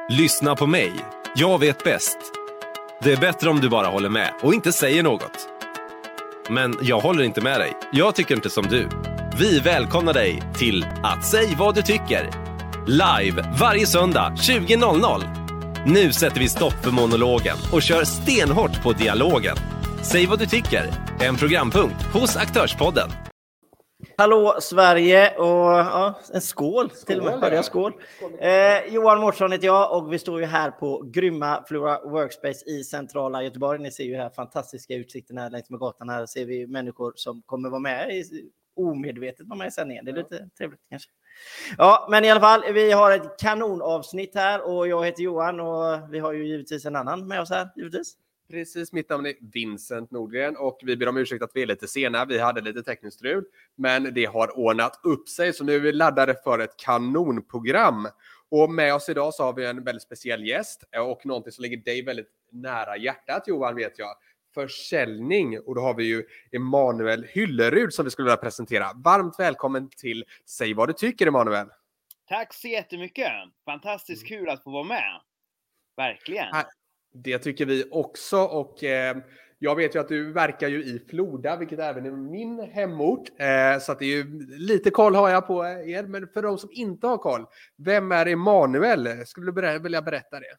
Lyssna på mig. Jag vet bäst. Det är bättre om du bara håller med och inte säger något. Men jag håller inte med dig. Jag tycker inte som du. Vi välkomnar dig till Att säg vad du tycker. Live varje söndag 20.00. Nu sätter vi stopp för monologen och kör stenhårt på dialogen. Säg vad du tycker. En programpunkt hos Aktörspodden. Hallå Sverige och ja, en skål till och med. Hörde jag skål? Johan Mårtsson heter jag och vi står ju här på grymma Flora Workspace i centrala Göteborg. Ni ser ju här fantastiska utsikten här längs med gatan. Här ser vi människor som kommer vara med omedvetet vara med i sändningen. Det är lite trevligt kanske. Ja, men i alla fall, vi har ett kanonavsnitt här och jag heter Johan och vi har ju givetvis en annan med oss här, givetvis. Precis, mitt namn är Vincent Nordgren och vi ber om ursäkt att vi är lite sena. Vi hade lite tekniskt strul, men det har ordnat upp sig så nu är vi laddade för ett kanonprogram. Och med oss idag så har vi en väldigt speciell gäst och någonting som ligger dig väldigt nära hjärtat, Johan, vet jag. Försäljning, och då har vi ju Emanuel Hyllerud som vi skulle vilja presentera. Varmt välkommen till Säg vad du tycker, Emanuel. Tack så jättemycket. Fantastiskt kul att få vara med. Verkligen. Det tycker vi också och jag vet ju att du verkar ju i Floda, vilket även är min hemort. Så att det är ju lite koll har jag på er, men för de som inte har koll, vem är Emanuel? Skulle du vilja berätta det?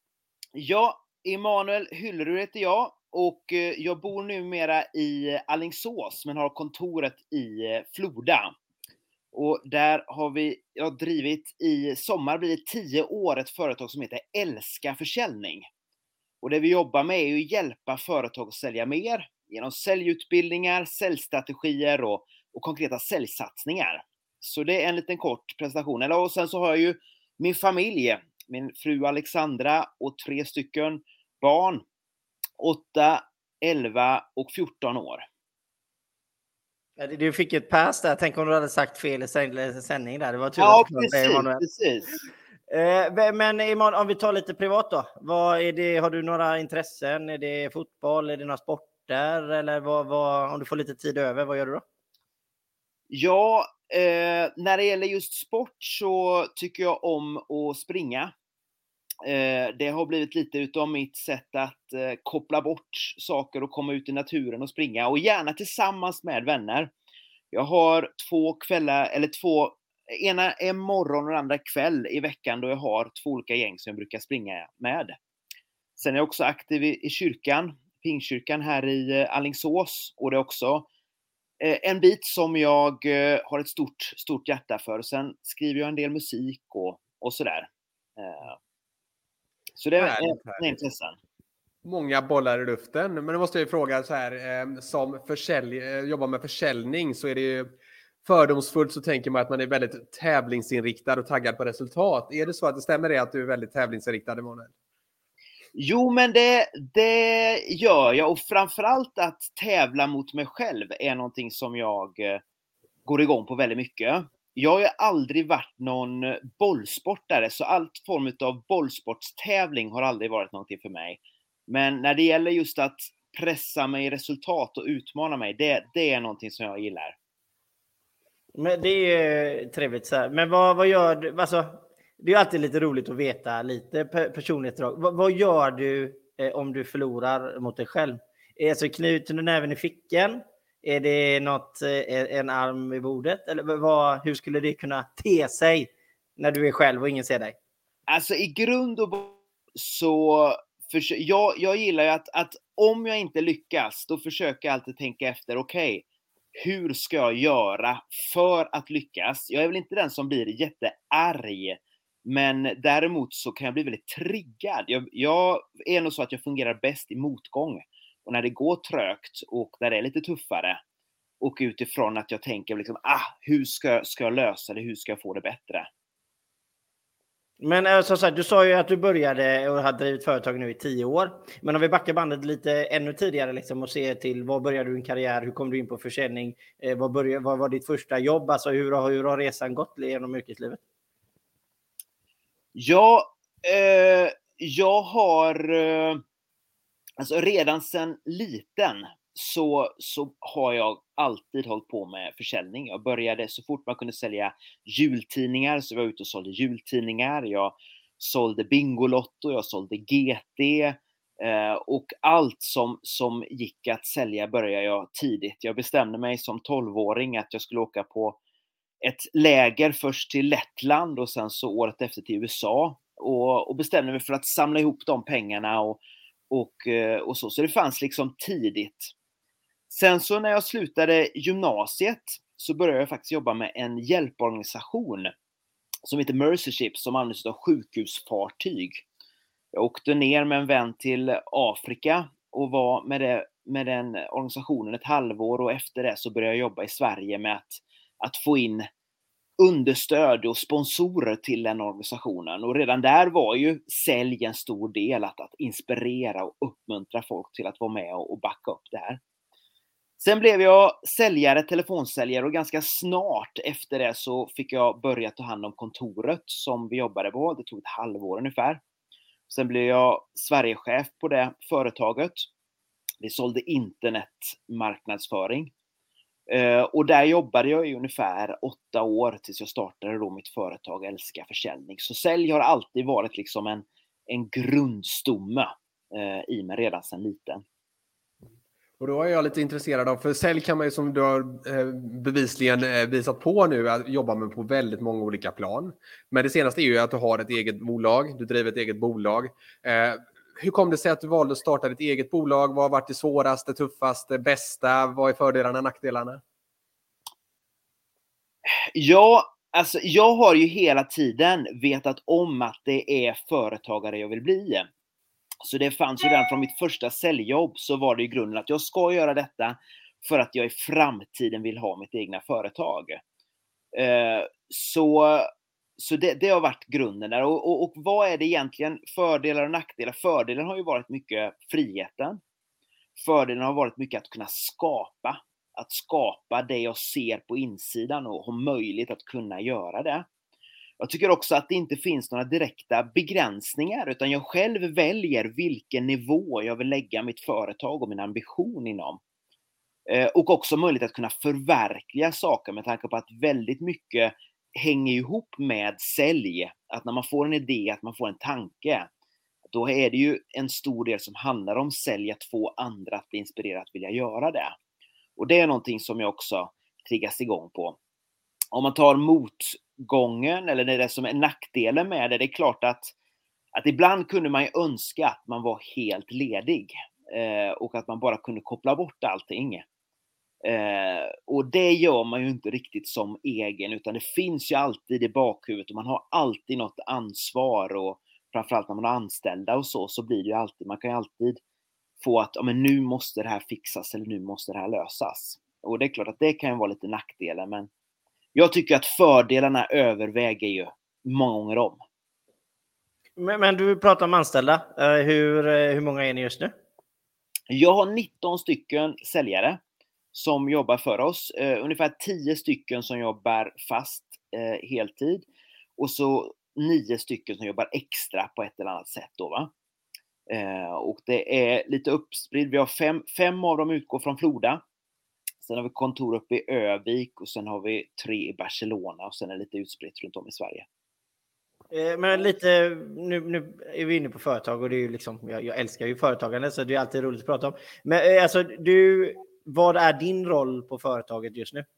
Ja, Emanuel Hyllerud heter jag och jag bor numera i Alingsås men har kontoret i Floda. Och där har jag drivit i sommar blir det 10 år ett företag som heter Älska Försäljning. Och det vi jobbar med är ju att hjälpa företag att sälja mer genom säljutbildningar, säljstrategier och konkreta säljsatsningar. Så det är en liten kort presentation. Och sen så har jag ju min familj, min fru Alexandra och 3 stycken barn, 8, 11 och 14 år. Du fick ett pass där. Tänk om du hade sagt fel i sändning där. Det var tur ja, att precis. Men Emanuel, om vi tar lite privat då. Vad är det, har du några intressen? Är det fotboll? Är det några sporter? Eller om du får lite tid över, vad gör du då? Ja, när det gäller just sport så tycker jag om att springa. Det har blivit lite utav mitt sätt att koppla bort saker och komma ut i naturen och springa. Och gärna tillsammans med vänner. Jag har 2 kvällar, eller ena en morgon och den andra kväll i veckan då jag har 2 olika gäng som jag brukar springa med. Sen är jag också aktiv i kyrkan, Pingstkyrkan här i Alingsås. Och det är också en bit som jag har ett stort hjärta för. Sen skriver jag en del musik och sådär. Så det är en intressen. Många bollar i luften. Men då måste jag ju fråga så här, som jobbar med försäljning så är det ju fördomsfullt så tänker man att man är väldigt tävlingsinriktad och taggad på resultat. Är det så att det stämmer det att du är väldigt tävlingsinriktad, Emanuel? Jo, men det gör jag. Och framförallt att tävla mot mig själv är någonting som jag går igång på väldigt mycket. Jag har ju aldrig varit någon bollsportare, så allt form av bollsportstävling har aldrig varit någonting för mig. Men när det gäller just att pressa mig i resultat och utmana mig, det är någonting som jag gillar. Men det är trevligt så här. Men vad gör du? Alltså, det är alltid lite roligt att veta lite personlighetsdrag. Vad gör du om du förlorar mot dig själv? Alltså knuten och näven i fickan? Är det en arm i bordet? Eller hur skulle det kunna te sig när du är själv och ingen ser dig? Alltså i grund och botten så jag gillar ju att om jag inte lyckas då försöker jag alltid tänka efter, okej, hur ska jag göra för att lyckas? Jag är väl inte den som blir jättearg, men däremot så kan jag bli väldigt triggad. Jag är nog så att jag fungerar bäst i motgång. Och när det går trögt och när det är lite tuffare och utifrån att jag tänker liksom, hur ska jag lösa det? Hur ska jag få det bättre? Men som sagt, du sa ju att du började och har drivit företag nu i 10 år. Men om vi backar bandet lite ännu tidigare liksom, och ser till var började du din karriär? Hur kom du in på försäljning? Vad var ditt första jobb? Alltså hur har resan gått genom yrkeslivet? Ja, jag har alltså redan sedan liten så har jag alltid hållit på med försäljning. Jag började så fort man kunde sälja jultidningar så var jag ute och sålde jultidningar. Jag sålde Bingolotto, jag sålde GT och allt som gick att sälja började jag tidigt. Jag bestämde mig som 12-åring att jag skulle åka på ett läger först till Lettland och sen så året efter till USA och bestämde mig för att samla ihop de pengarna och så det fanns liksom tidigt. Sen så när jag slutade gymnasiet så började jag faktiskt jobba med en hjälporganisation som heter Mercyship som används av sjukhusfartyg. Jag åkte ner med en vän till Afrika och var med den organisationen ett halvår och efter det så började jag jobba i Sverige med att få in understöd och sponsorer till den organisationen. Och redan där var ju sälj en stor del, att inspirera och uppmuntra folk till att vara med och backa upp det här. Sen blev jag telefonsäljare och ganska snart efter det så fick jag börja ta hand om kontoret som vi jobbade på. Det tog ett halvår ungefär. Sen blev jag Sverigechef på det företaget. Vi sålde internetmarknadsföring. Och där jobbade jag i ungefär 8 år tills jag startade då mitt företag Älska Försäljning. Så sälj har alltid varit liksom en grundstomme i mig redan sedan liten. Och då är jag lite intresserad av, för sälj kan man ju som du har bevisligen visat på nu att jobba med på väldigt många olika plan. Men det senaste är ju att du har ett eget bolag, du driver ett eget bolag. Hur kom det sig att du valde att starta ditt eget bolag? Vad har varit det svåraste, tuffaste, bästa? Vad är fördelarna och nackdelarna? Ja, alltså jag har ju hela tiden vetat om att det är företagare jag vill bli. Så det fanns ju redan från mitt första säljjobb så var det i grunden att jag ska göra detta för att jag i framtiden vill ha mitt egna företag. Så det har varit grunden där. Och vad är det egentligen fördelar och nackdelar? Fördelen har ju varit mycket friheten. Fördelen har varit mycket att kunna skapa. Att skapa det jag ser på insidan och ha möjlighet att kunna göra det. Jag tycker också att det inte finns några direkta begränsningar utan jag själv väljer vilken nivå jag vill lägga mitt företag och min ambition inom. Och också möjlighet att kunna förverkliga saker med tanke på att väldigt mycket hänger ihop med sälj. Att när man får en idé, att man får en tanke, då är det ju en stor del som handlar om sälj, att få andra att bli inspirerade att vilja göra det. Och det är någonting som jag också triggas igång på. Om man tar motgången eller det som är nackdelen med det, det är klart att ibland kunde man ju önska att man var helt ledig och att man bara kunde koppla bort allting. Och det gör man ju inte riktigt som egen utan det finns ju alltid i bakhuvudet och man har alltid något ansvar och framförallt när man har anställda och så blir det ju alltid, man kan ju alltid få att men nu måste det här fixas eller nu måste det här lösas. Och det är klart att det kan ju vara lite nackdelar men jag tycker att fördelarna överväger ju många gånger om. Men du pratar om anställda. Hur många är ni just nu? Jag har 19 stycken säljare som jobbar för oss. Ungefär 10 stycken som jobbar fast heltid. Och så 9 stycken som jobbar extra på ett eller annat sätt. Då, va? Och det är lite uppspritt. Vi har 5 av dem utgår från Floda. Sen har vi kontor uppe i Övik och sen har vi 3 i Barcelona och sen är det lite utspritt runt om i Sverige. Men lite, nu är vi inne på företag och det är ju liksom, jag älskar ju företagande så det är alltid roligt att prata om. Men alltså vad är din roll på företaget just nu?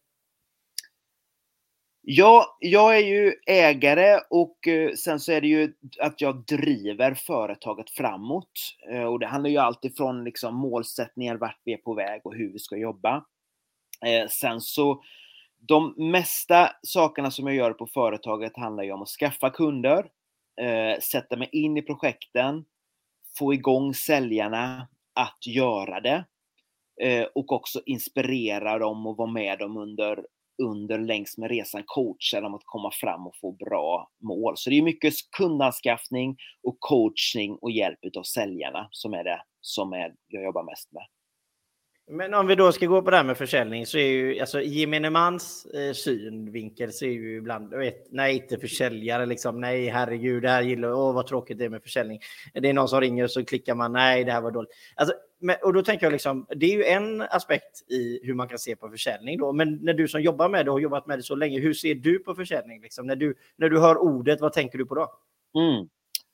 Ja, jag är ju ägare och sen så är det ju att jag driver företaget framåt. Och det handlar ju alltid från liksom målsättningar, vart vi är på väg och hur vi ska jobba. Sen så de mesta sakerna som jag gör på företaget handlar ju om att skaffa kunder, sätta mig in i projekten, få igång säljarna att göra det och också inspirera dem och vara med dem under längs med resan, coacha dem att komma fram och få bra mål. Så det är mycket kundanskaffning och coachning och hjälp av säljarna som är det som jag jobbar mest med. Men om vi då ska gå på det här med försäljning så är ju alltså gemene mans synvinkel så är ju ibland nej inte försäljare liksom, nej herregud det här gillar vad tråkigt det är med försäljning. Det är någon som ringer och så klickar man nej det här var dåligt. Alltså, och då tänker jag liksom det är ju en aspekt i hur man kan se på försäljning då, men när du som jobbar med det och har jobbat med det så länge, hur ser du på försäljning liksom? När du hör ordet, vad tänker du på då?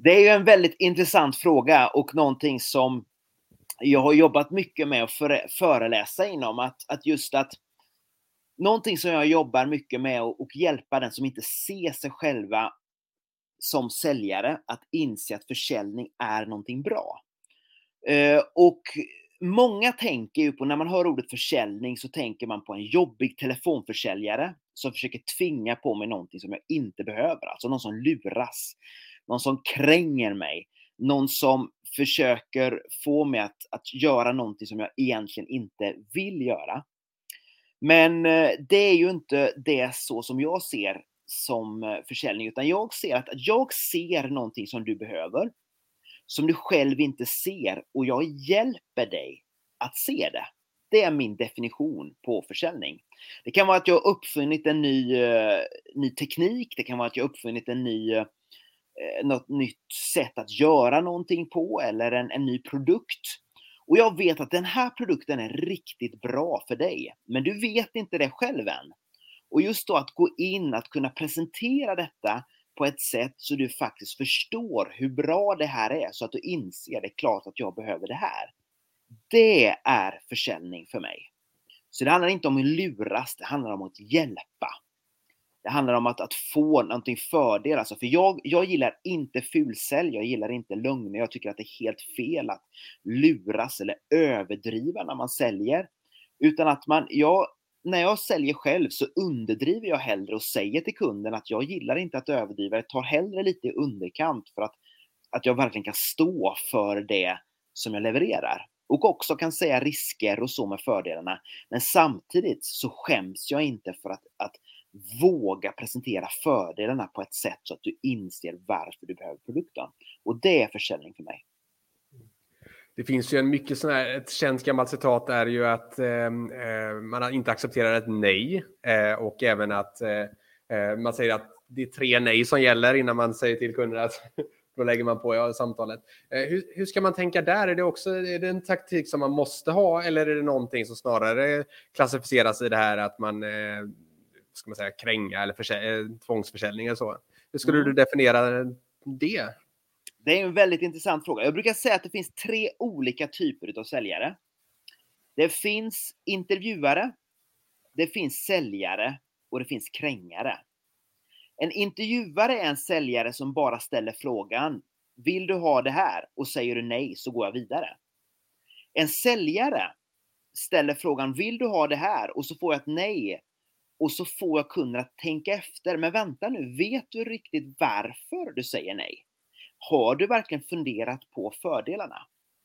Det är ju en väldigt intressant fråga och någonting som jag har jobbat mycket med att föreläsa inom. Att någonting som jag jobbar mycket med och hjälpa den som inte ser sig själva som säljare att inse att försäljning är någonting bra. Och många tänker ju på, när man hör ordet försäljning så tänker man på en jobbig telefonförsäljare som försöker tvinga på mig någonting som jag inte behöver. Alltså någon som luras, någon som kränger mig, någon som försöker få mig att göra någonting som jag egentligen inte vill göra. Men det är ju inte det så som jag ser som försäljning, utan jag ser att jag ser någonting som du behöver, som du själv inte ser, och jag hjälper dig att se det. Det är min definition på försäljning. Det kan vara att jag har uppfunnit en ny teknik, det kan vara att jag har uppfunnit något nytt sätt att göra någonting på, eller en ny produkt. Och jag vet att den här produkten är riktigt bra för dig, men du vet inte det själv än. Och just då att gå in, att kunna presentera detta på ett sätt så du faktiskt förstår hur bra det här är, så att du inser det är klart att jag behöver det här. Det är försäljning för mig. Så det handlar inte om att luras, det handlar om att hjälpa. Det handlar om att få någonting fördel. Alltså, för jag gillar inte fulsälj, jag gillar inte lögner. Jag tycker att det är helt fel att luras eller överdriva när man säljer. Utan att när jag säljer själv så underdriver jag hellre och säger till kunden att jag gillar inte att överdriva. Jag tar hellre lite i underkant för att jag verkligen kan stå för det som jag levererar. Och också kan säga risker och så med fördelarna. Men samtidigt så skäms jag inte för att våga presentera fördelarna på ett sätt så att du inser varför du behöver produkten. Och det är försäljning för mig. Det finns ju ett känt gammalt citat är ju att man inte accepterar ett nej, och även att man säger att det är 3 nej som gäller innan man säger till kunden att då lägger man på samtalet. Hur ska man tänka där? Är det en taktik som man måste ha, eller är det någonting som snarare klassificeras i det här att man ska man säga kränga eller tvångsförsäljning eller så? Hur skulle du definiera det? Det är en väldigt intressant fråga. Jag brukar säga att det finns 3 olika typer av säljare. Det finns intervjuare, det finns säljare och det finns krängare. En intervjuare är en säljare som bara ställer frågan: vill du ha det här? Och säger du nej så går jag vidare. En säljare ställer frågan: vill du ha det här? Och så får jag ett nej. Och så får jag kunden att tänka efter. Men vänta nu, vet du riktigt varför du säger nej? Har du verkligen funderat på fördelarna?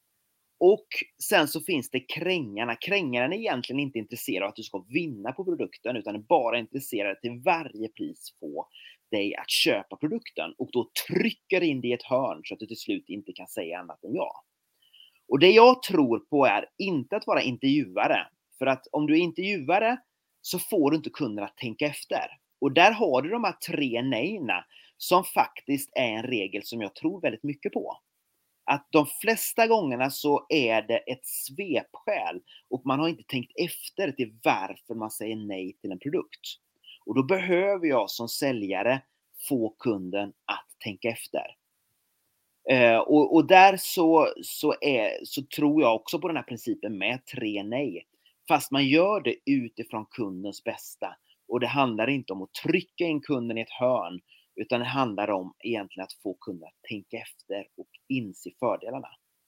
Och sen så finns det krängarna. Krängaren är egentligen inte intresserad av att du ska vinna på produkten, utan är bara intresserad till varje pris få dig att köpa produkten. Och då trycker in dig i ett hörn så att du till slut inte kan säga annat än ja. Och det jag tror på är inte att vara intervjuare. För att om du är intervjuare så får du inte kunden att tänka efter. Och där har du de här 3 nejna som faktiskt är en regel som jag tror väldigt mycket på. Att de flesta gångerna så är det ett svepskäl och man har inte tänkt efter till varför man säger nej till en produkt. Och då behöver jag som säljare få kunden att tänka efter. Och där så tror jag också på den här principen med 3 nej. Fast man gör det utifrån kundens bästa. Och det handlar inte om att trycka in kunden i ett hörn, utan det handlar om egentligen att få kunden att tänka efter och inse fördelarna.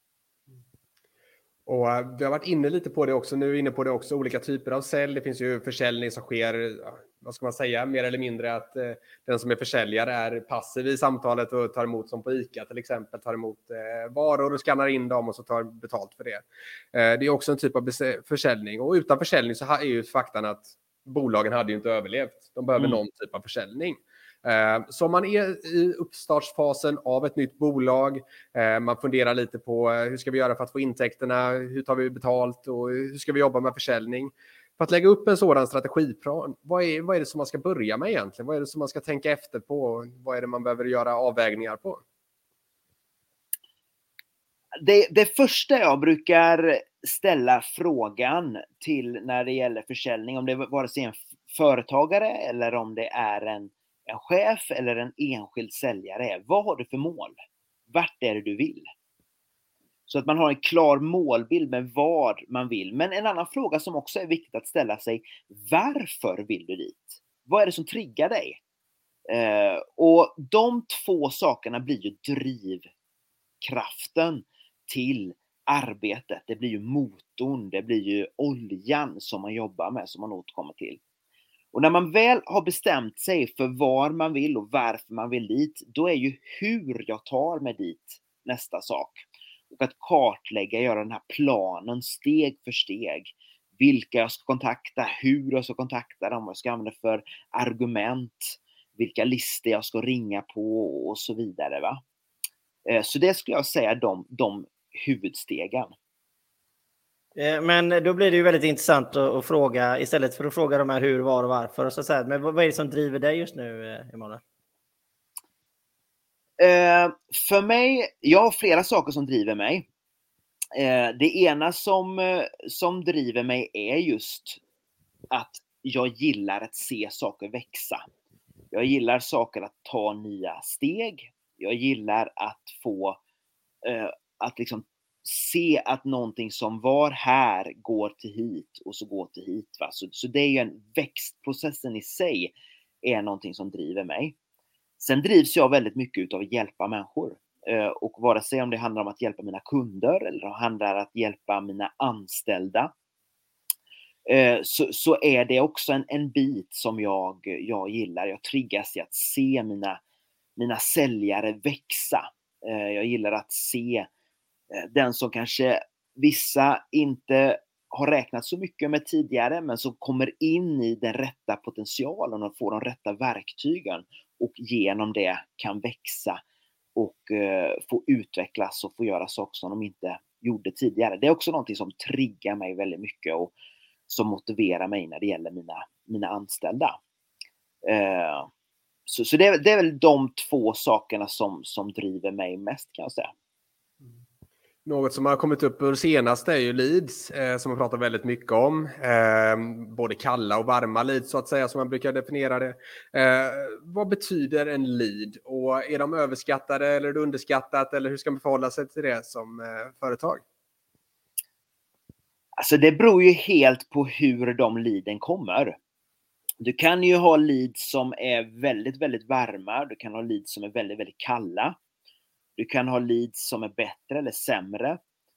Och vi har varit inne lite på det också. Nu är vi inne på det också. Olika typer av sälj. Det finns ju försäljning som sker, vad ska man säga, mer eller mindre att den som är försäljare är passiv i samtalet och tar emot, som på ICA till exempel, tar emot varor och skannar in dem och så tar betalt för det. Det är också en typ av försäljning. Och utan försäljning så är ju faktan att bolagen hade ju inte överlevt. De behöver någon typ av försäljning. Så man är i uppstartsfasen av ett nytt bolag. Man funderar lite på hur ska vi göra för att få intäkterna, hur tar vi betalt och hur ska vi jobba med försäljning. För att lägga upp en sådan strategiplan, vad är det som man ska börja med egentligen? Vad är det som man ska tänka efter på? Vad är det man behöver göra avvägningar på? Det första jag brukar ställa frågan till när det gäller försäljning, om det är vare sig en företagare eller om det är en chef eller en enskild säljare, är: vad har du för mål? vart är det du vill. Så att man har en klar målbild med vad man vill. Men en annan fråga som också är viktigt att ställa sig, varför vill du dit? Vad är det som triggar dig? Och de två sakerna blir ju drivkraften till arbetet. Det blir ju motorn, det blir ju oljan som man jobbar med, som man återkommer till. Och när man väl har bestämt sig för var man vill och varför man vill dit, då är ju hur jag tar mig dit nästa sak. Och att kartlägga, göra den här planen steg för steg. Vilka jag ska kontakta, hur jag ska kontakta dem, vad jag ska använda för argument, vilka listor jag ska ringa på och så vidare. Va? Så det skulle jag säga de huvudstegen. Men då blir det ju väldigt intressant att fråga, istället för att fråga de här hur, var och varför. Och så här, men vad är det som driver dig just nu, Emanuel? För mig, jag har flera saker som driver mig. Det ena som driver mig är just att jag gillar att se saker växa. Jag gillar saker att ta nya steg. Jag gillar att få att liksom se att någonting som var här går till hit och så går till hit. Va? Så det är ju växtprocessen i sig är någonting som driver mig. Sen drivs jag väldigt mycket av att hjälpa människor. Och vare sig om det handlar om att hjälpa mina kunder eller det handlar om att hjälpa mina anställda. Så är det också en bit som jag gillar. Jag triggas i att se mina säljare växa. Jag gillar att se den som kanske vissa inte har räknat så mycket med tidigare, men som kommer in i den rätta potentialen och får de rätta verktygen och genom det kan växa och få utvecklas och få göra saker som de inte gjorde tidigare. Det är också någonting som triggar mig väldigt mycket och som motiverar mig när det gäller mina anställda. Så det är väl de två sakerna som driver mig mest, kan jag säga. Något som har kommit upp ur senaste är ju leads, som man pratar väldigt mycket om. Både kalla och varma leads, så att säga, som man brukar definiera det. Vad betyder en lead? Och är de överskattade eller är det underskattat? Eller hur ska man förhålla sig till det som företag? Alltså det beror ju helt på hur de leaden kommer. Du kan ju ha leads som är väldigt, väldigt varma. Du kan ha leads som är väldigt, väldigt kalla. Du kan ha leads som är bättre eller sämre.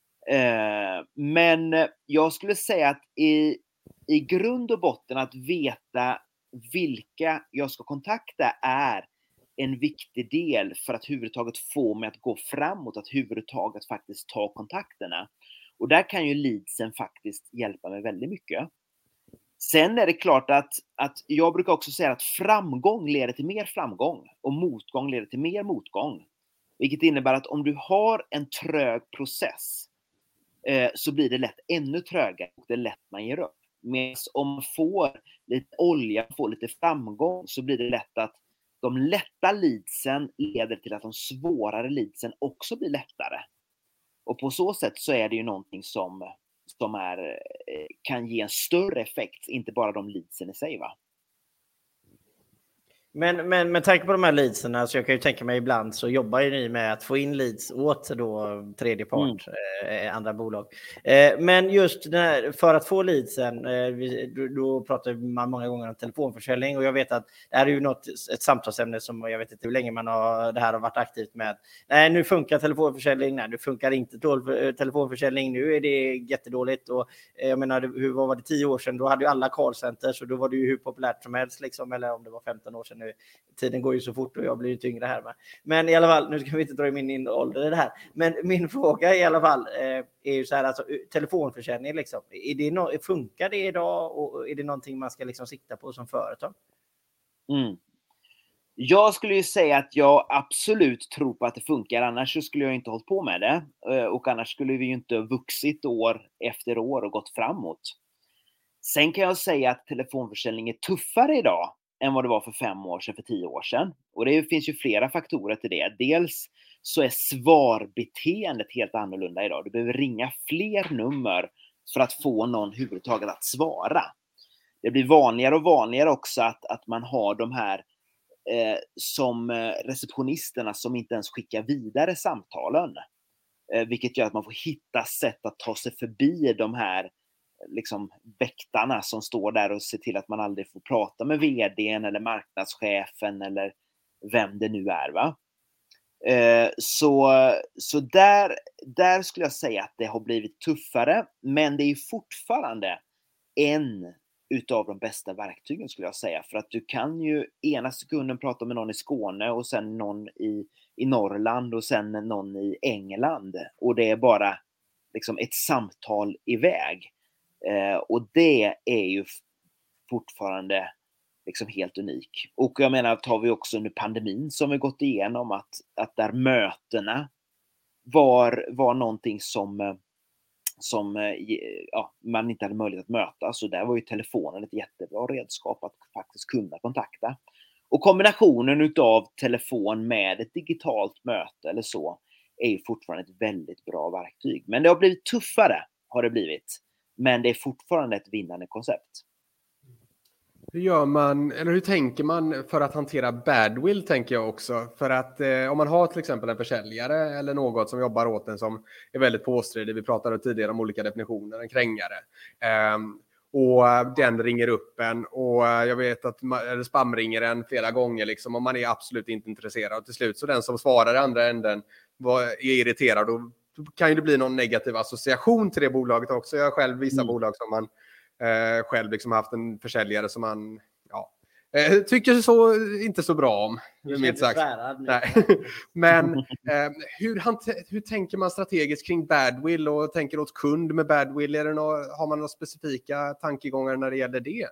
Men jag skulle säga att i grund och botten att veta vilka jag ska kontakta är en viktig del för att huvudtaget få mig att gå framåt, att huvudtaget faktiskt ta kontakterna. Och där kan ju leadsen faktiskt hjälpa mig väldigt mycket. Sen är det klart att jag brukar också säga att framgång leder till mer framgång och motgång leder till mer motgång. Vilket innebär att om du har en trög process så blir det lätt ännu trögare och det är lätt man ger upp. Men om man får lite olja, får lite framgång, så blir det lätt att de lätta leadsen leder till att de svårare leadsen också blir lättare. Och på så sätt så är det ju någonting som kan ge en större effekt, inte bara de leadsen i sig, va? Men tanke på de här leadsen, så jag kan ju tänka mig ibland så jobbar ju ni med att få in leads åt då tredje part, andra bolag. Men just för att få leadsen, då pratar man många gånger om telefonförsäljning, och jag vet att det här är ju ett samtalsämne som jag vet inte hur länge det här har varit aktivt med. Nej, nu funkar telefonförsäljning, nej, nu funkar inte telefonförsäljning, nu är det jättedåligt. Och jag menar, hur var det 10 år sedan? Då hade ju alla callcenter, så då var det ju hur populärt som helst liksom, eller om det var 15 år sedan. Tiden går ju så fort och jag blir ju tyngre här. Men i alla fall, nu ska vi inte dra in min ålder i det här. Men min fråga i alla fall är ju så här, alltså telefonförsäljning liksom. Funkar det idag och är det någonting man ska liksom sikta på som företag? Jag skulle ju säga att jag absolut tror på att det funkar, annars så skulle jag inte hållit på med det. Och annars skulle vi ju inte vuxit år efter år och gått framåt. Sen kan jag säga att telefonförsäljning är tuffare idag än vad det var för 5 år sedan, för 10 år sedan. Och det finns ju flera faktorer till det. Dels så är svarbeteendet helt annorlunda idag. Du behöver ringa fler nummer för att få någon huvudtaget att svara. Det blir vanligare och vanligare också att man har de här som receptionisterna som inte ens skickar vidare samtalen. Vilket gör att man får hitta sätt att ta sig förbi de här liksom väktarna som står där och ser till att man aldrig får prata med vdn eller marknadschefen eller vem det nu är, va? Så där skulle jag säga att det har blivit tuffare, men det är fortfarande en utav de bästa verktygen skulle jag säga, för att du kan ju ena sekunden prata med någon i Skåne och sen någon i Norrland och sen någon i England, och det är bara liksom ett samtal iväg, och det är ju fortfarande liksom helt unik. Och jag menar, tar vi också under pandemin som vi gått igenom, att där mötena var någonting som man inte hade möjlighet att möta, så där var ju telefonen ett jättebra redskap att faktiskt kunna kontakta. Och kombinationen utav telefon med ett digitalt möte eller så är ju fortfarande ett väldigt bra verktyg. Men det har blivit tuffare, har det blivit. Men det är fortfarande ett vinnande koncept. Hur gör man, eller hur tänker man för att hantera badwill, tänker jag också. För att om man har till exempel en försäljare eller något som jobbar åt en som är väldigt påstridig, vi pratade tidigare om olika definitioner, en krängare. Och den ringer upp en och jag vet att spamringer en flera gånger liksom, och man är absolut inte intresserad. Och till slut så den som svarar i andra änden är irriterad, och då kan ju det bli någon negativ association till det bolaget också. Jag har själv vissa bolag som man själv liksom haft en försäljare som man tycker så inte så bra om. Nej. Men hur tänker man strategiskt kring badwill och tänker åt kund med badwill? Har man några specifika tankegångar när det gäller det?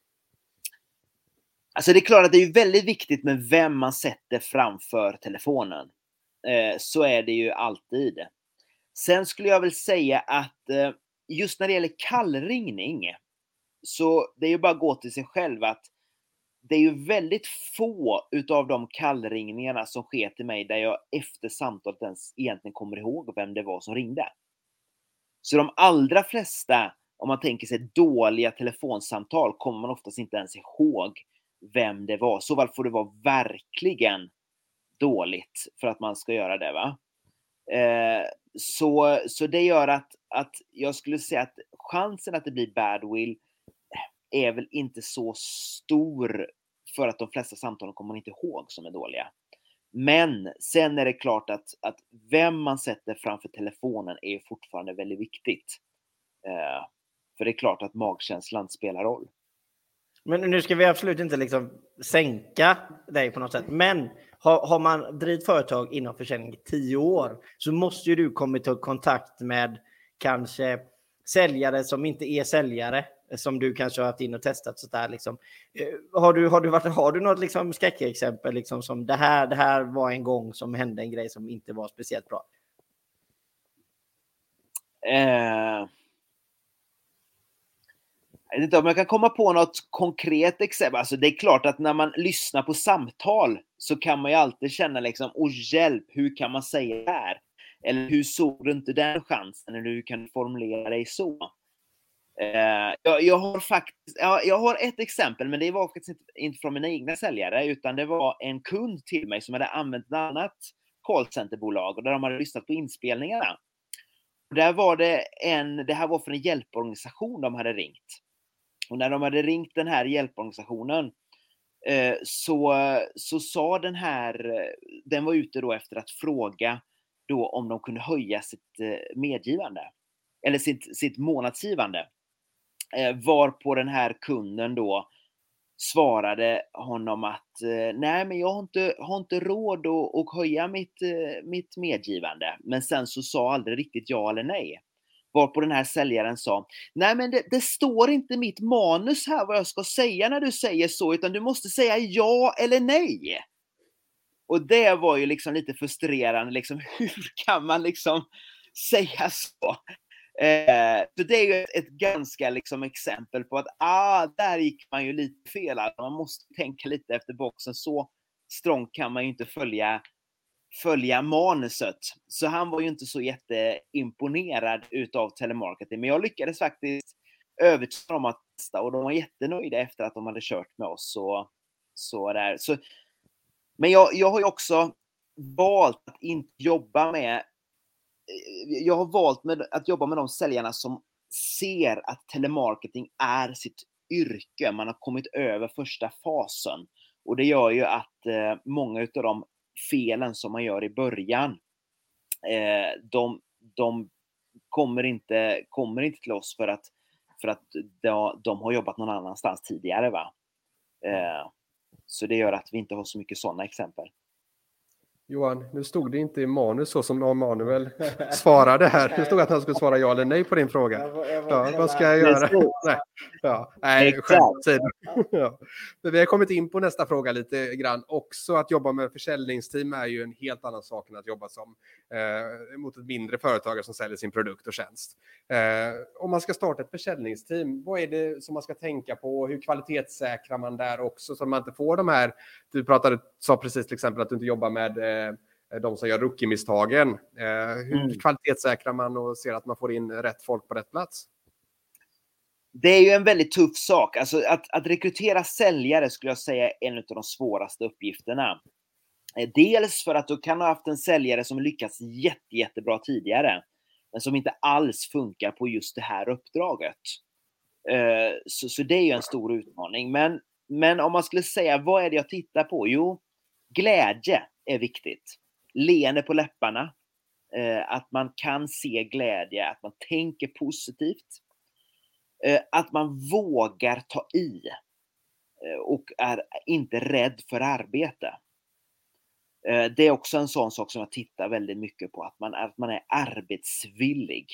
Alltså det är klart att det är väldigt viktigt med vem man sätter framför telefonen. Så är det ju alltid. Sen skulle jag väl säga att just när det gäller kallringning, så det är ju bara att gå till sig själv att det är ju väldigt få utav de kallringningarna som sker till mig där jag efter samtalet ens egentligen kommer ihåg vem det var som ringde. Så de allra flesta, om man tänker sig dåliga telefonsamtal, kommer man oftast inte ens ihåg vem det var. Så väl får det vara verkligen dåligt för att man ska göra det, va? Så det gör att jag skulle säga att chansen att det blir badwill är väl inte så stor, för att de flesta samtalen kommer man inte ihåg som är dåliga. Men sen är det klart att vem man sätter framför telefonen är fortfarande väldigt viktigt. För det är klart att magkänslan spelar roll. Men nu ska vi absolut inte liksom sänka dig på något sätt. Men har man drivit företag inom försäljning i 10 år, så måste ju du komma i kontakt med kanske säljare som inte är säljare, som du kanske har haft in och testat så där liksom. Har du något liksom skräckexempel liksom, som det här var en gång som hände en grej som inte var speciellt bra? Jag vet inte om jag kan komma på något konkret exempel. Alltså det är klart att när man lyssnar på samtal så kan man ju alltid känna liksom, hjälp, hur kan man säga det här? Eller hur såg du inte den chansen? Eller hur kan du formulera dig så? Jag har ett exempel, men det var faktiskt inte från mina egna säljare, utan det var en kund till mig som hade använt ett annat callcenterbolag och där de hade lyssnat på inspelningarna. Där var det här var för en hjälporganisation de hade ringt. Och när de hade ringt den här hjälporganisationen så sa den var ute då efter att fråga då om de kunde höja sitt medgivande eller sitt månadsgivande. Varpå den här kunden då svarade honom att nej, men jag har inte råd att höja mitt medgivande. Men sen så sa aldrig riktigt ja eller nej. Varpå den här säljaren sa, nej men det står inte mitt manus här vad jag ska säga när du säger så, utan du måste säga ja eller nej. Och det var ju liksom lite frustrerande, liksom, hur kan man liksom säga så? Så det är ju ett ganska liksom exempel på att där gick man ju lite fel. Man måste tänka lite efter boxen, så strångt kan man ju inte följa manuset. Så han var ju inte så jätteimponerad utav telemarketing. Men jag lyckades faktiskt övertyga dem att testa, och de var jättenöjda efter att de hade kört med oss. Så Men jag har ju också valt att inte jobba med... Jag har valt att jobba med de säljarna som ser att telemarketing är sitt yrke. Man har kommit över första fasen. Och det gör ju att många av de felen som man gör i början, de kommer inte till oss för att de har jobbat någon annanstans tidigare. Va? Så det gör att vi inte har så mycket sådana exempel. Johan, nu stod det inte i manus så som Manuel svarade här. Det stod att han skulle svara ja eller nej på din fråga. Vad ska jag göra? Nej, skämt åsido. Ja. Men vi har kommit in på nästa fråga lite grann också. Att jobba med försäljningsteam är ju en helt annan sak än att jobba som mot ett mindre företag som säljer sin produkt och tjänst. Om man ska starta ett försäljningsteam, vad är det som man ska tänka på? Hur kvalitetssäkrar man där också så att man inte får de här... Du sa precis till exempel att du inte jobbar med de som gör rookie-misstagen. Hur kvalitetssäkrar man och ser att man får in rätt folk på rätt plats? Det är ju en väldigt tuff sak. Alltså att rekrytera säljare skulle jag säga är en av de svåraste uppgifterna. Dels för att du kan ha haft en säljare som lyckats jättebra tidigare, men som inte alls funkar på just det här uppdraget. Så det är ju en stor utmaning. Men om man skulle säga, vad är det jag tittar på? Jo, glädje är viktigt. Leende på läpparna. Att man kan se glädje. Att man tänker positivt. Att man vågar ta i. Och är inte rädd för arbete. Det är också en sån sak som jag tittar väldigt mycket på. Att man är arbetsvillig.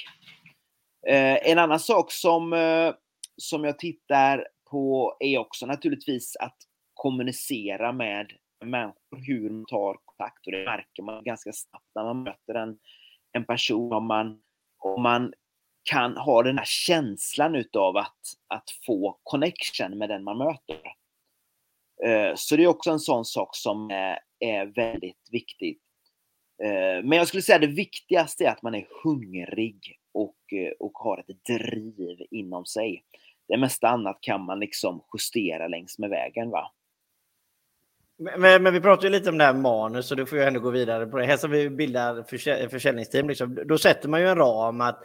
En annan sak som jag tittar på är också naturligtvis att kommunicera med människor, hur man tar kontakt. Och det märker man ganska snabbt när man möter en person. Om man kan ha den här känslan utav att få connection med den man möter. Så det är också en sån sak som är väldigt viktigt. Men jag skulle säga det viktigaste är att man är hungrig och har ett driv inom sig. Det mesta annat kan man liksom justera längs med vägen, va? Men vi pratar ju lite om det här manus, så då får jag ändå gå vidare på det. Här som vi bildar försäljningsteam, liksom, då sätter man ju en ram att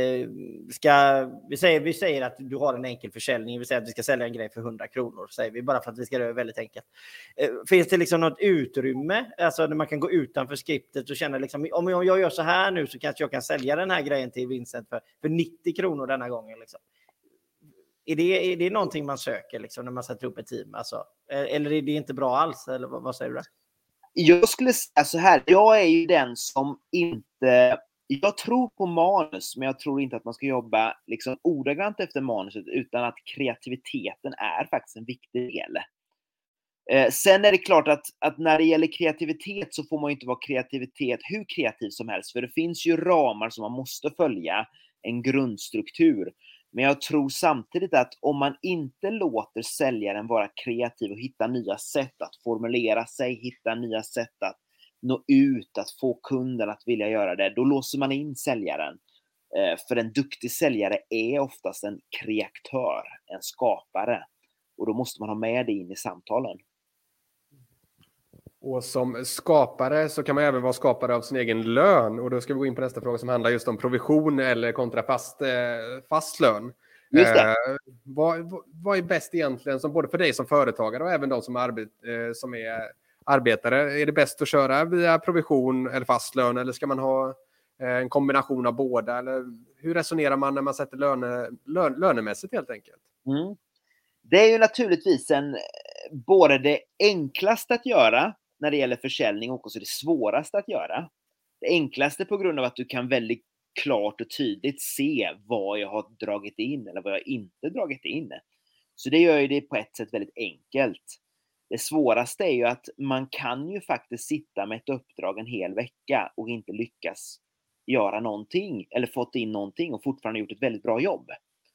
vi säger att du har en enkel försäljning, vi säger att vi ska sälja en grej för 100 kronor, säger vi, bara för att vi ska göra det väldigt enkelt. Finns det liksom något utrymme, alltså när man kan gå utanför skriptet och känna liksom, om jag gör så här nu så kanske jag kan sälja den här grejen till Vincent för 90 kronor denna gången liksom. Är det någonting man söker liksom, när man sätter upp ett team? Alltså, eller är det inte bra alls? Eller vad säger du? Jag skulle säga så här. Jag är ju den som inte... Jag tror på manus, men jag tror inte att man ska jobba liksom ordagrant efter manuset, utan att kreativiteten är faktiskt en viktig del. Sen är det klart att när det gäller kreativitet så får man ju inte vara hur kreativ som helst. För det finns ju ramar som man måste följa, en grundstruktur. Men jag tror samtidigt att om man inte låter säljaren vara kreativ och hitta nya sätt att formulera sig, hitta nya sätt att nå ut, att få kunden att vilja göra det, då låser man in säljaren. För en duktig säljare är oftast en kreatör, en skapare. Och då måste man ha med det in i samtalen. Och som skapare så kan man även vara skapare av sin egen lön. Och då ska vi gå in på nästa fråga som handlar just om provision eller kontra fast lön. Just det. Vad är bäst egentligen, som både för dig som företagare och även de som är arbetare? Är det bäst att köra via provision eller fast lön, eller ska man ha en kombination av båda? Eller hur resonerar man när man sätter lönemässigt helt enkelt? Det är ju naturligtvis både det enklaste att göra när det gäller försäljning och också det svåraste att göra. Det enklaste på grund av att du kan väldigt klart och tydligt se vad jag har dragit in eller vad jag inte dragit in. Så det gör ju det på ett sätt väldigt enkelt. Det svåraste är ju att man kan ju faktiskt sitta med ett uppdrag en hel vecka och inte lyckas göra någonting eller fått in någonting och fortfarande gjort ett väldigt bra jobb.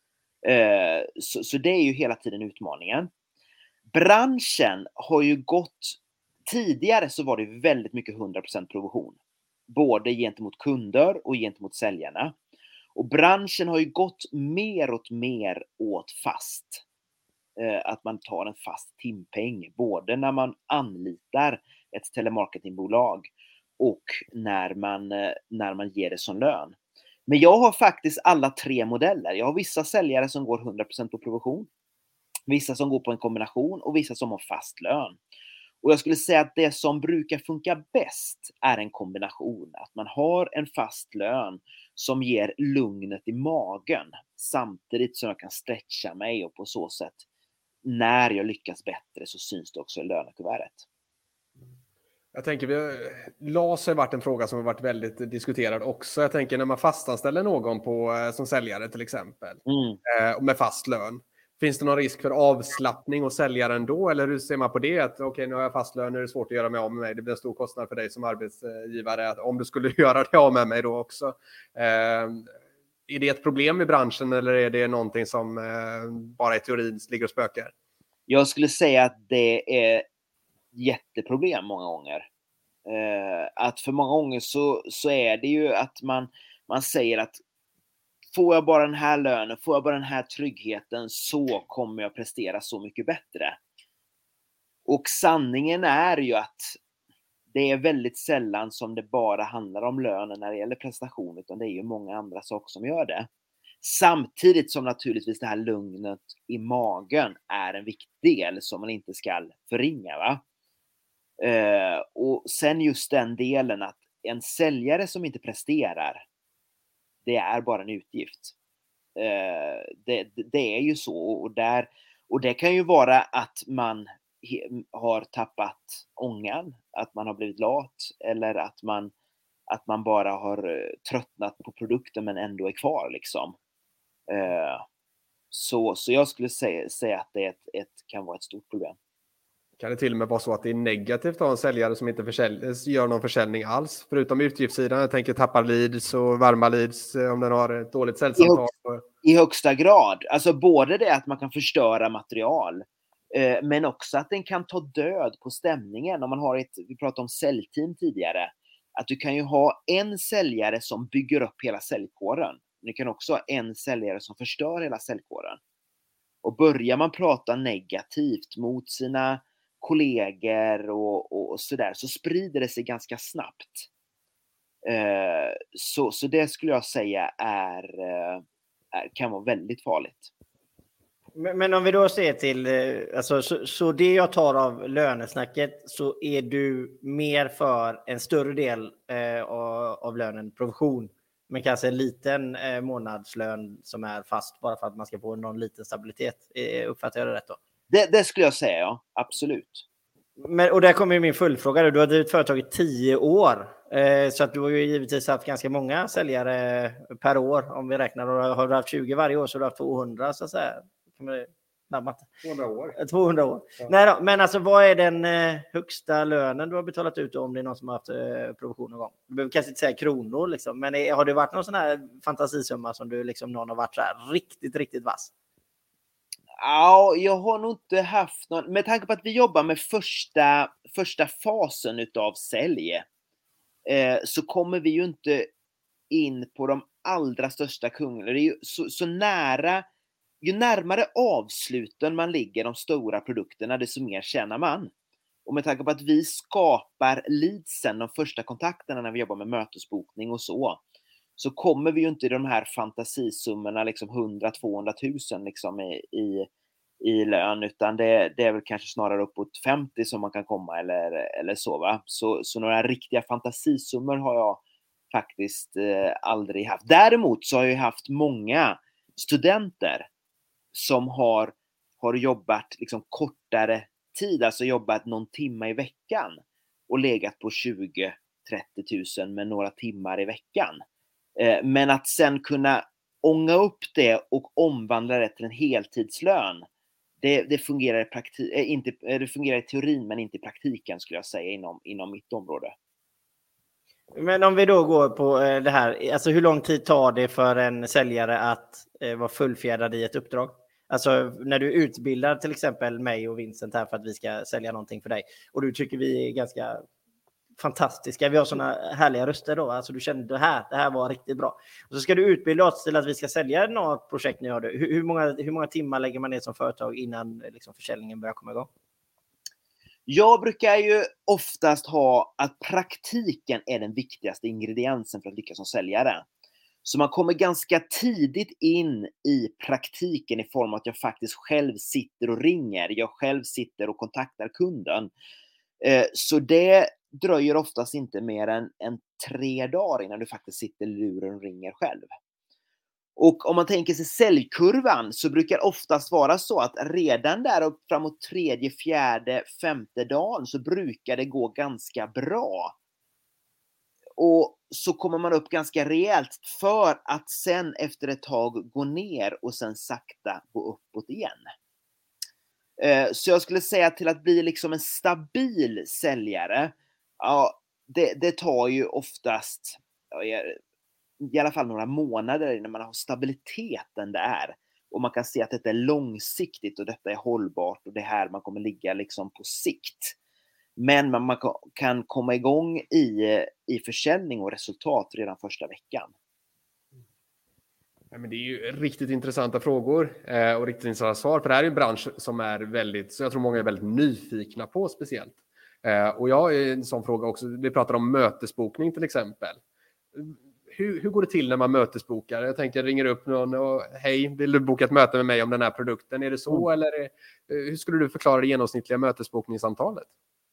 Så det är ju hela tiden utmaningen. Branschen har ju tidigare så var det väldigt mycket 100% provision. Både gentemot kunder och gentemot säljarna. Och branschen har ju gått mer åt fast. Att man tar en fast timpeng. Både när man anlitar ett telemarketingbolag och när man ger det som lön. Men jag har faktiskt alla 3 modeller. Jag har vissa säljare som går 100% på provision, vissa som går på en kombination och vissa som har fast lön. Och jag skulle säga att det som brukar funka bäst är en kombination. Att man har en fast lön som ger lugnet i magen samtidigt som jag kan stretcha mig, och på så sätt när jag lyckas bättre så syns det också i lönekuvertet. Jag tänker, LAS har varit en fråga som har varit väldigt diskuterad också. Jag tänker när man fastanställer någon som säljare till exempel, med fast lön. Finns det någon risk för avslappning hos säljaren då? Eller hur ser man på det? Att okej, nu har jag fast lön, nu är det svårt att göra mig av med mig. Det blir en stor kostnad för dig som arbetsgivare om du skulle göra det av med mig då också. Är det ett problem i branschen eller är det någonting som bara i teorin ligger och spökar? Jag skulle säga att det är jätteproblem många gånger. Att för många gånger så är det ju att man säger att får jag bara den här lönen, får jag bara den här tryggheten så kommer jag prestera så mycket bättre. Och sanningen är ju att det är väldigt sällan som det bara handlar om lönen när det gäller prestation, utan det är ju många andra saker som gör det. Samtidigt som naturligtvis det här lugnet i magen är en viktig del som man inte ska förringa, va? Och sen just den delen att en säljare som inte presterar, det är bara en utgift. Det är ju så, och det kan ju vara att man har tappat ångan, att man har blivit lat, eller att man bara har tröttnat på produkten men ändå är kvar liksom. Så jag skulle säga att det kan vara ett stort problem. Kan det till och med vara så att det är negativt att ha en säljare som inte gör någon försäljning alls? Förutom utgiftssidan, jag tänker tappar leads och varma leads om den har ett dåligt säljsamtal. I högsta grad. Alltså både det att man kan förstöra material, men också att den kan ta död på stämningen. Om man har vi pratade om säljteam tidigare, att du kan ju ha en säljare som bygger upp hela säljkåren. Du kan också ha en säljare som förstör hela säljkåren. Och börjar man prata negativt mot sina kollegor och sådär, så sprider det sig ganska snabbt. Så det skulle jag säga kan vara väldigt farligt. Men om vi då ser till, alltså, så det jag tar av lönesnacket, så är du mer för en större del av lönen provision, men kanske en liten månadslön som är fast bara för att man ska få någon liten stabilitet. Uppfattar jag det rätt då? Det skulle jag säga, ja. Absolut. Och där kommer min följdfråga. Du har drivit företag i 10 år. Så att du har ju givetvis haft ganska många säljare per år. Om vi räknar, och har du haft 20 varje år så har du haft 200 så att säga. 200 år. 200 år. Ja. Nej då, men alltså vad är den högsta lönen du har betalat ut om det är någon som har haft provision någon gång? Du behöver kanske inte säga kronor liksom, men har det varit någon sån här fantasisumma som du liksom någon har varit så här riktigt, riktigt vass? Ja, jag har nog inte haft någon, med tanke på att vi jobbar med första fasen utav sälj, så kommer vi ju inte in på de allra största kunderna. Det är ju så nära, ju närmare avsluten man ligger de stora produkterna, desto mer tjänar man. Och med tanke på att vi skapar leadsen, de första kontakterna när vi jobbar med mötesbokning och så kommer vi ju inte i de här fantasisummorna liksom 100-200 000 liksom i lön, utan det är väl kanske snarare uppåt 50 som man kan komma eller så, va? Så några riktiga fantasisummor har jag faktiskt aldrig haft. Däremot så har jag haft många studenter som har jobbat liksom kortare tid, alltså jobbat någon timme i veckan och legat på 20-30 000 med några timmar i veckan. Men att sen kunna ånga upp det och omvandla det till en heltidslön, det fungerar det fungerar i teorin men inte i praktiken, skulle jag säga, inom mitt område. Men om vi då går på det här, alltså hur lång tid tar det för en säljare att vara fullfjädrad i ett uppdrag? Alltså när du utbildar till exempel mig och Vincent här för att vi ska sälja någonting för dig, och du tycker vi är ganska fantastiska, vi har såna härliga röster då, alltså du kände det här var riktigt bra. Och så ska du utbilda oss till att vi ska sälja något projekt ni har. Hur många timmar lägger man ner som företag innan liksom försäljningen börjar komma igång? Jag brukar ju oftast ha att praktiken är den viktigaste ingrediensen för att lyckas som säljare. Så man kommer ganska tidigt in i praktiken i form av att jag faktiskt själv sitter och ringer. Jag själv sitter och kontaktar kunden. Så det dröjer oftast inte mer än 3 dagar innan du faktiskt sitter i luren och ringer själv. Och om man tänker sig säljkurvan så brukar det oftast vara så att redan där upp framåt 3:e, 4:e, 5:e dagen så brukar det gå ganska bra. Och så kommer man upp ganska rejält för att sen efter ett tag gå ner och sen sakta gå uppåt igen. Så jag skulle säga till att bli liksom en stabil säljare, ja, det tar ju oftast i alla fall några månader innan man har stabiliteten där. Och man kan se att detta är långsiktigt och detta är hållbart och det här man kommer ligga liksom på sikt. Men man kan komma igång i försäljning och resultat redan första veckan. Ja, men det är ju riktigt intressanta frågor och riktigt intressanta svar. För det här är en bransch som är väldigt, så jag tror många är väldigt nyfikna på speciellt. Och jag är en sån fråga också. Vi pratar om mötesbokning till exempel. Hur går det till när man mötesbokar? Jag tänker ringer upp någon och hej, vill du boka ett möte med mig om den här produkten? Är det så eller hur skulle du förklara det genomsnittliga mötesbokningssamtalet?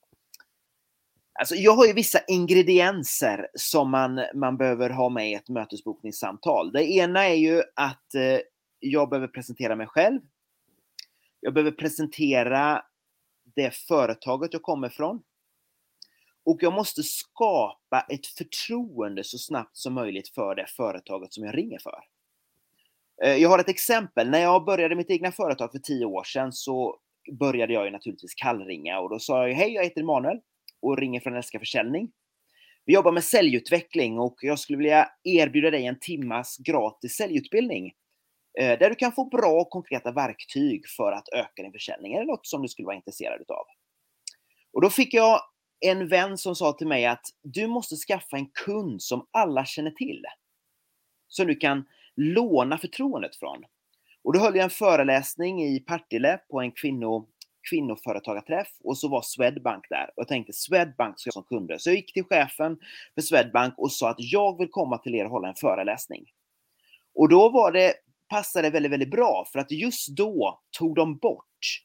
Alltså jag har ju vissa ingredienser som man behöver ha med i ett mötesbokningssamtal. Det ena är ju att jag behöver presentera mig själv. Jag behöver presentera det företaget jag kommer från. Och jag måste skapa ett förtroende så snabbt som möjligt för det företaget som jag ringer för. Jag har ett exempel. När jag började mitt egna företag för 10 år sedan så började jag ju naturligtvis kallringa. Och då sa jag, hej, jag heter Emanuel och ringer från Älska Försäljning. Vi jobbar med säljutveckling och jag skulle vilja erbjuda dig en timmas gratis säljutbildning. Där du kan få bra och konkreta verktyg för att öka din försäljning. Eller något som du skulle vara intresserad utav. Och då fick jag en vän som sa till mig att du måste skaffa en kund som alla känner till. Som du kan låna förtroendet från. Och då höll jag en föreläsning i Partille på en kvinnoföretagarträff. Och så var Swedbank där. Och jag tänkte Swedbank ska jag som kunder. Så jag gick till chefen för Swedbank och sa att jag vill komma till er och hålla en föreläsning. Och då passade det väldigt, väldigt bra. För att just då tog de bort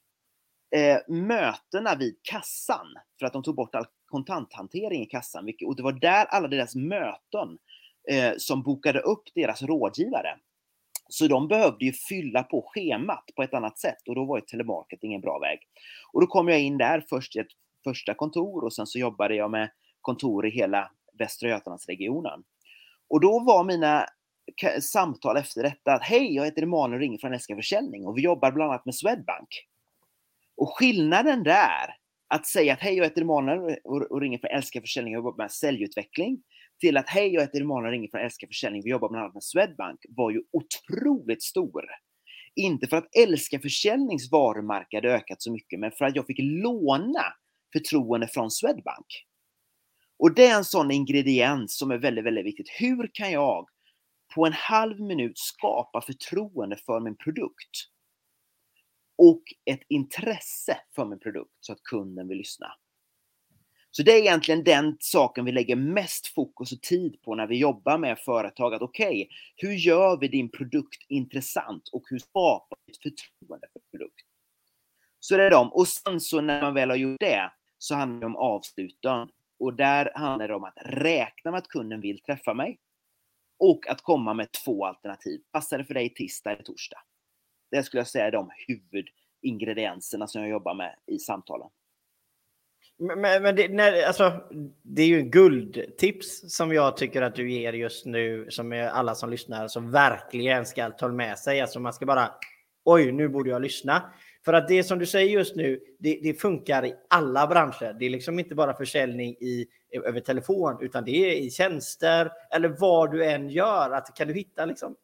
mötena vid kassan. För att de tog bort all kontanthantering i kassan. Och det var där alla deras möten som bokade upp deras rådgivare. Så de behövde ju fylla på schemat på ett annat sätt. Och då var ju telemarketing en bra väg. Och då kom jag in där först i ett första kontor. Och sen så jobbade jag med kontor i hela Västra Götalandsregionen. Och då var mina samtal efter detta att hej, jag heter Emanuel och ringer från Älska Försäljning. Och vi jobbar bland annat med Swedbank. Och skillnaden där, att säga att hej, jag heter Emanuel och ringer från Älska Försäljning och jobbar med säljutveckling, till att hej, jag heter Emanuel och ringer från Älska Försäljning, vi jobbar bland annat med Swedbank, var ju otroligt stor. Inte för att Älska Försäljnings varumärke hade ökat så mycket, men för att jag fick låna förtroende från Swedbank. Och det är en sån ingrediens som är väldigt, väldigt viktigt. Hur kan jag på en halv minut skapa förtroende för min produkt? Och ett intresse för min produkt så att kunden vill lyssna. Så det är egentligen den saken vi lägger mest fokus och tid på när vi jobbar med företag. Att okej, hur gör vi din produkt intressant och hur skapar vi ett förtroende för produkt? Så det är de. Och sen så när man väl har gjort det så handlar det om avsluten. Och där handlar det om att räkna med att kunden vill träffa mig. Och att komma med 2 alternativ. Passar det för dig tisdag eller torsdag? Det skulle jag säga är de huvudingredienserna som jag jobbar med i samtalen. Men det är ju en guldtips som jag tycker att du ger just nu, som är alla som lyssnar som verkligen ska ta med sig. Alltså man ska bara, oj, nu borde jag lyssna. För att det som du säger just nu, det funkar i alla branscher. Det är liksom inte bara försäljning över telefon, utan det är i tjänster eller vad du än gör. Att kan du hitta liksom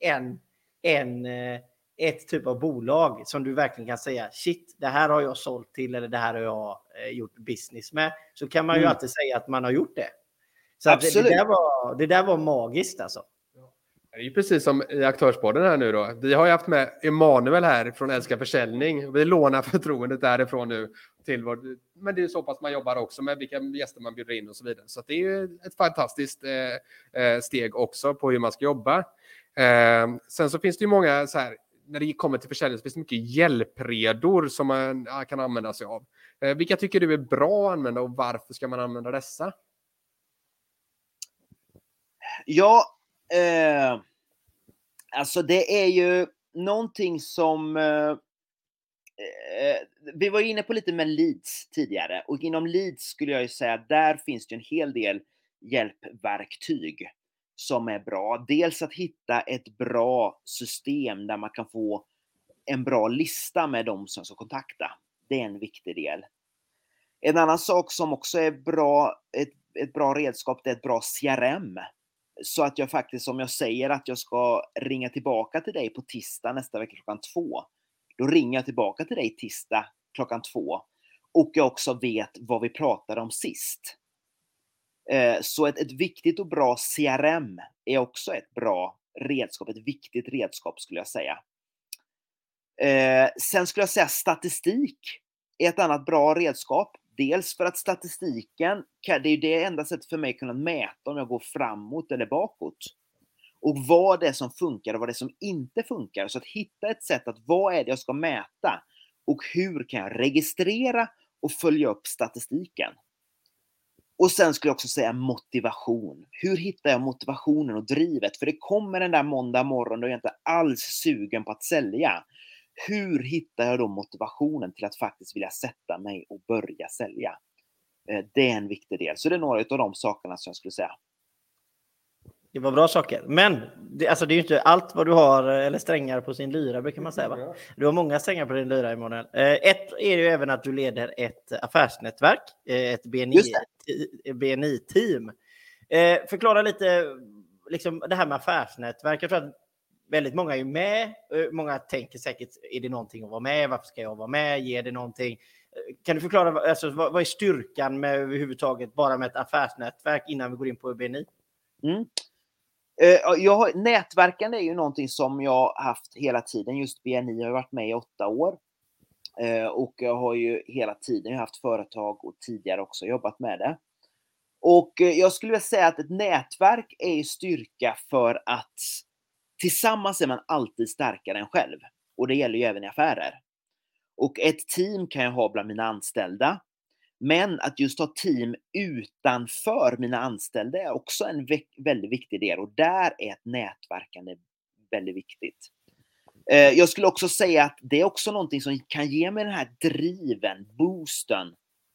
ett typ av bolag som du verkligen kan säga shit, det här har jag sålt till eller det här har jag gjort business med, så kan man ju alltid säga att man har gjort det. Så att det där var magiskt alltså. Det är ju precis som i Aktörspodden här nu då. Vi har ju haft med Emanuel här från Älska Försäljning. Vi lånar förtroendet därifrån nu till men det är ju så pass man jobbar också med vilka gäster man bjuder in och så vidare. Så det är ju ett fantastiskt steg också på hur man ska jobba. Sen så finns det ju många så här, när det kommer till försäljning så finns det mycket hjälpredor som man kan använda sig av. Vilka tycker du är bra att använda och varför ska man använda dessa? Ja, alltså det är ju någonting som vi var inne på lite med leads tidigare, och inom leads skulle jag ju säga där finns det en hel del hjälpverktyg som är bra. Dels att hitta ett bra system där man kan få en bra lista med de som ska kontakta. Det är en viktig del. En annan sak som också är bra, ett bra redskap, det är ett bra CRM. Så att jag faktiskt, om jag säger att jag ska ringa tillbaka till dig på tisdag nästa vecka 2:00, då ringer jag tillbaka till dig tisdag 2:00 och jag också vet vad vi pratade om sist. Så ett viktigt och bra CRM är också ett bra redskap, ett viktigt redskap skulle jag säga. Sen skulle jag säga statistik är ett annat bra redskap. Dels för att statistiken, det är ju det enda sättet för mig att kunna mäta om jag går framåt eller bakåt. Och vad det är som funkar och vad det är som inte funkar. Så att hitta ett sätt att vad är det jag ska mäta och hur kan jag registrera och följa upp statistiken. Och sen skulle jag också säga motivation. Hur hittar jag motivationen och drivet? För det kommer den där måndag morgon då jag inte alls sugen på att sälja. Hur hittar jag då motivationen till att faktiskt vilja sätta mig och börja sälja? Det är en viktig del. Så det är några av de sakerna som jag skulle säga. Det var bra saker. Men det är ju inte allt vad du har eller strängar på sin lyra brukar man säga, va? Du har många strängar på din lyra, Emanuel. Ett är ju även att du leder ett affärsnätverk, ett BNI-team. Förklara lite liksom, det här med affärsnätverk. Jag tror att väldigt många är med. Många tänker säkert, är det någonting att vara med? Varför ska jag vara med? Ger det någonting? Kan du förklara alltså, vad är styrkan med överhuvudtaget bara med ett affärsnätverk innan vi går in på BNI? Nätverkande är ju någonting som jag har haft hela tiden. Just BNI har varit med i 8 år. Och jag har ju hela tiden haft företag och tidigare också jobbat med det. Och jag skulle vilja säga att ett nätverk är ju styrka för att tillsammans är man alltid starkare än själv. Och det gäller ju även i affärer. Och ett team kan jag ha bland mina anställda. Men att just ha team utanför mina anställda är också en väldigt viktig del. Och där är ett nätverkande väldigt viktigt. Jag skulle också säga att det är också någonting som kan ge mig den här driven, boosten.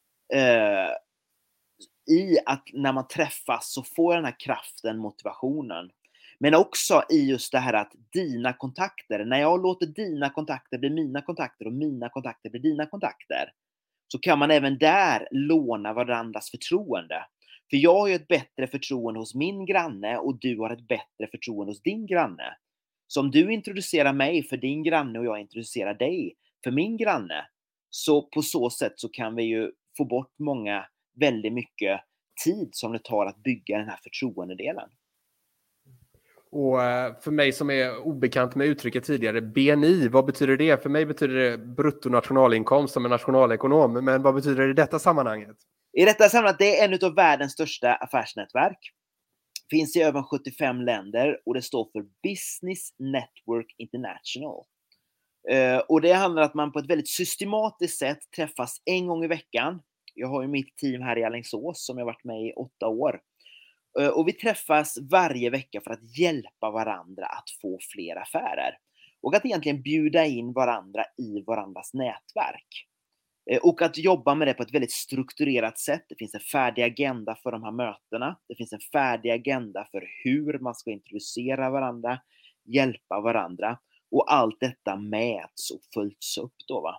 I att när man träffas så får jag den här kraften, motivationen. Men också i just det här att dina kontakter, när jag låter dina kontakter bli mina kontakter och mina kontakter bli dina kontakter, så kan man även där låna varandras förtroende. För jag har ju ett bättre förtroende hos min granne och du har ett bättre förtroende hos din granne. Så om du introducerar mig för din granne och jag introducerar dig för min granne, så på så sätt så kan vi ju få bort väldigt mycket tid som det tar att bygga den här förtroendedelen. Och för mig som är obekant med uttrycket tidigare, BNI, vad betyder det? För mig betyder det bruttonationalinkomst som en nationalekonom, men vad betyder det i detta sammanhanget? I detta sammanhang, det är en av världens största affärsnätverk. Finns i över 75 länder och det står för Business Network International. Och det handlar om att man på ett väldigt systematiskt sätt träffas en gång i veckan. Jag har ju mitt team här i Alingsås som jag varit med i 8 år. Och vi träffas varje vecka för att hjälpa varandra att få fler affärer. Och att egentligen bjuda in varandra i varandras nätverk. Och att jobba med det på ett väldigt strukturerat sätt. Det finns en färdig agenda för de här mötena. Det finns en färdig agenda för hur man ska introducera varandra, hjälpa varandra. Och allt detta mäts och följs upp då, va.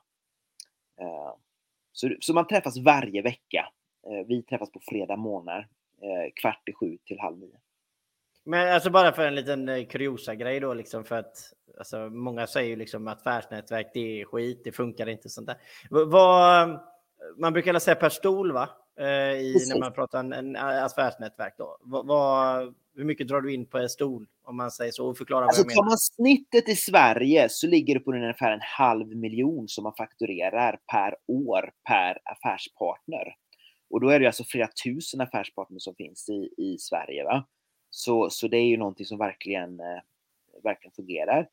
Så man träffas varje vecka. Vi träffas på fredag morgnar. 6:45 till 8:30. Men alltså bara för en liten kuriosa grej då liksom, för att alltså, många säger ju liksom att affärsnätverk det är skit, det funkar inte sånt där. Man brukar säga per stol, va? när man pratar en affärsnätverk då? Hur mycket drar du in på en stol om man säger så? Och förklara vad jag menar. Tar man snittet i Sverige så ligger det på ungefär 500 000 som man fakturerar per år per affärspartner. Och då är det alltså flera tusen affärspartner som finns i Sverige. Va? Så det är ju någonting som verkligen fungerar.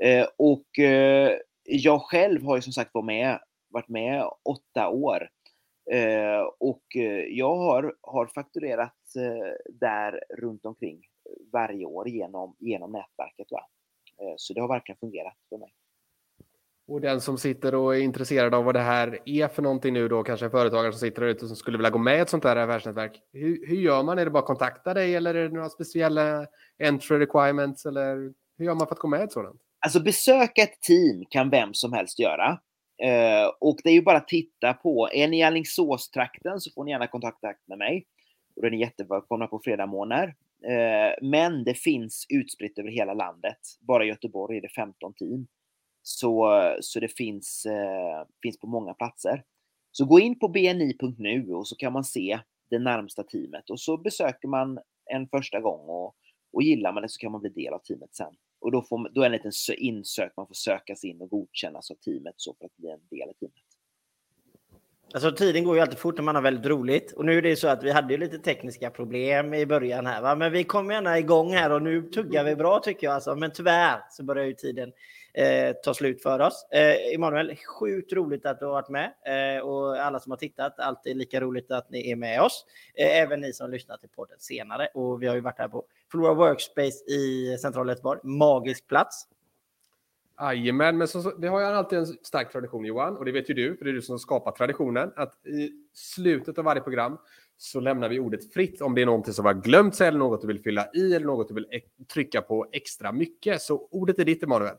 Jag själv har ju som sagt varit med 8 år. Och jag har fakturerat där runt omkring varje år genom nätverket. Va? Så det har verkligen fungerat för mig. Och den som sitter och är intresserad av vad det här är för någonting nu då, kanske en företagare som sitter där ute som skulle vilja gå med i ett sånt här affärsnätverk. Hur gör man? Är det bara att kontakta dig eller är det några speciella entry requirements eller hur gör man för att gå med i ett sådant? Alltså besöka ett team kan vem som helst göra. Och det är ju bara att titta på. Är ni i Alingsås-trakten så får ni gärna kontakt med mig. Och är ni jättevälkomna på fredagsmorgnar. Men det finns utspritt över hela landet. Bara i Göteborg är det 15 team. Så det finns på många platser. Så gå in på bni.nu och så kan man se det närmsta teamet. Och så besöker man en första gång och gillar man det så kan man bli del av teamet sen. Och då är det en liten insök, man får sökas in och godkännas av teamet så för att bli en del av teamet. Alltså tiden går ju alltid fort när man har väldigt roligt. Och nu är det så att vi hade ju lite tekniska problem i början här. Va? Men vi kom gärna igång här och nu tuggar vi bra tycker jag. Alltså. Men tyvärr så börjar ju tiden ta slut för oss. Emanuel, sjukt roligt att du har varit med. Och alla som har tittat, alltid lika roligt att ni är med oss. Även ni som lyssnar till podden senare. Och vi har ju varit här på Flora Workspace i centrala Göteborg. Magisk plats. Jajamän, men det har ju alltid en stark tradition Johan, och det vet ju du, för det är du som skapar traditionen, att i slutet av varje program så lämnar vi ordet fritt om det är någonting som har glömt sig eller något du vill fylla i eller något du vill trycka på extra mycket. Så ordet är ditt, Emanuel.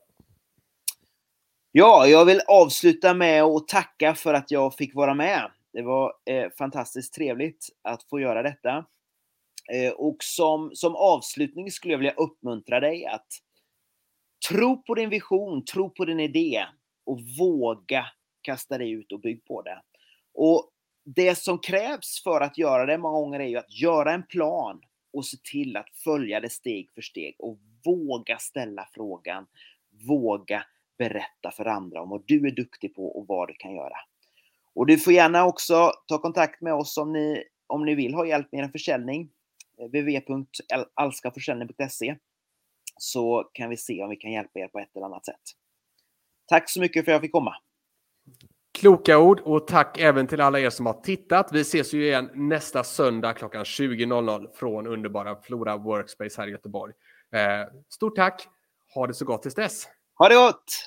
Ja, jag vill avsluta med att tacka för att jag fick vara med. Det var fantastiskt trevligt att få göra detta. Och som avslutning skulle jag vilja uppmuntra dig att tro på din vision, tro på din idé och våga kasta dig ut och bygg på det. Och det som krävs för att göra det många gånger är ju att göra en plan och se till att följa det steg för steg och våga ställa frågan, våga berätta för andra om vad du är duktig på och vad du kan göra. Och du får gärna också ta kontakt med oss om ni vill ha hjälp med en försäljning. www.alskaförsäljning.se så kan vi se om vi kan hjälpa er på ett eller annat sätt. Tack så mycket för att jag fick komma. Kloka ord och tack även till alla er som har tittat. Vi ses ju igen nästa söndag klockan 20.00 från underbara Flora Workspace här i Göteborg. Stort tack. Ha det så gott tills dess. Ha det gott!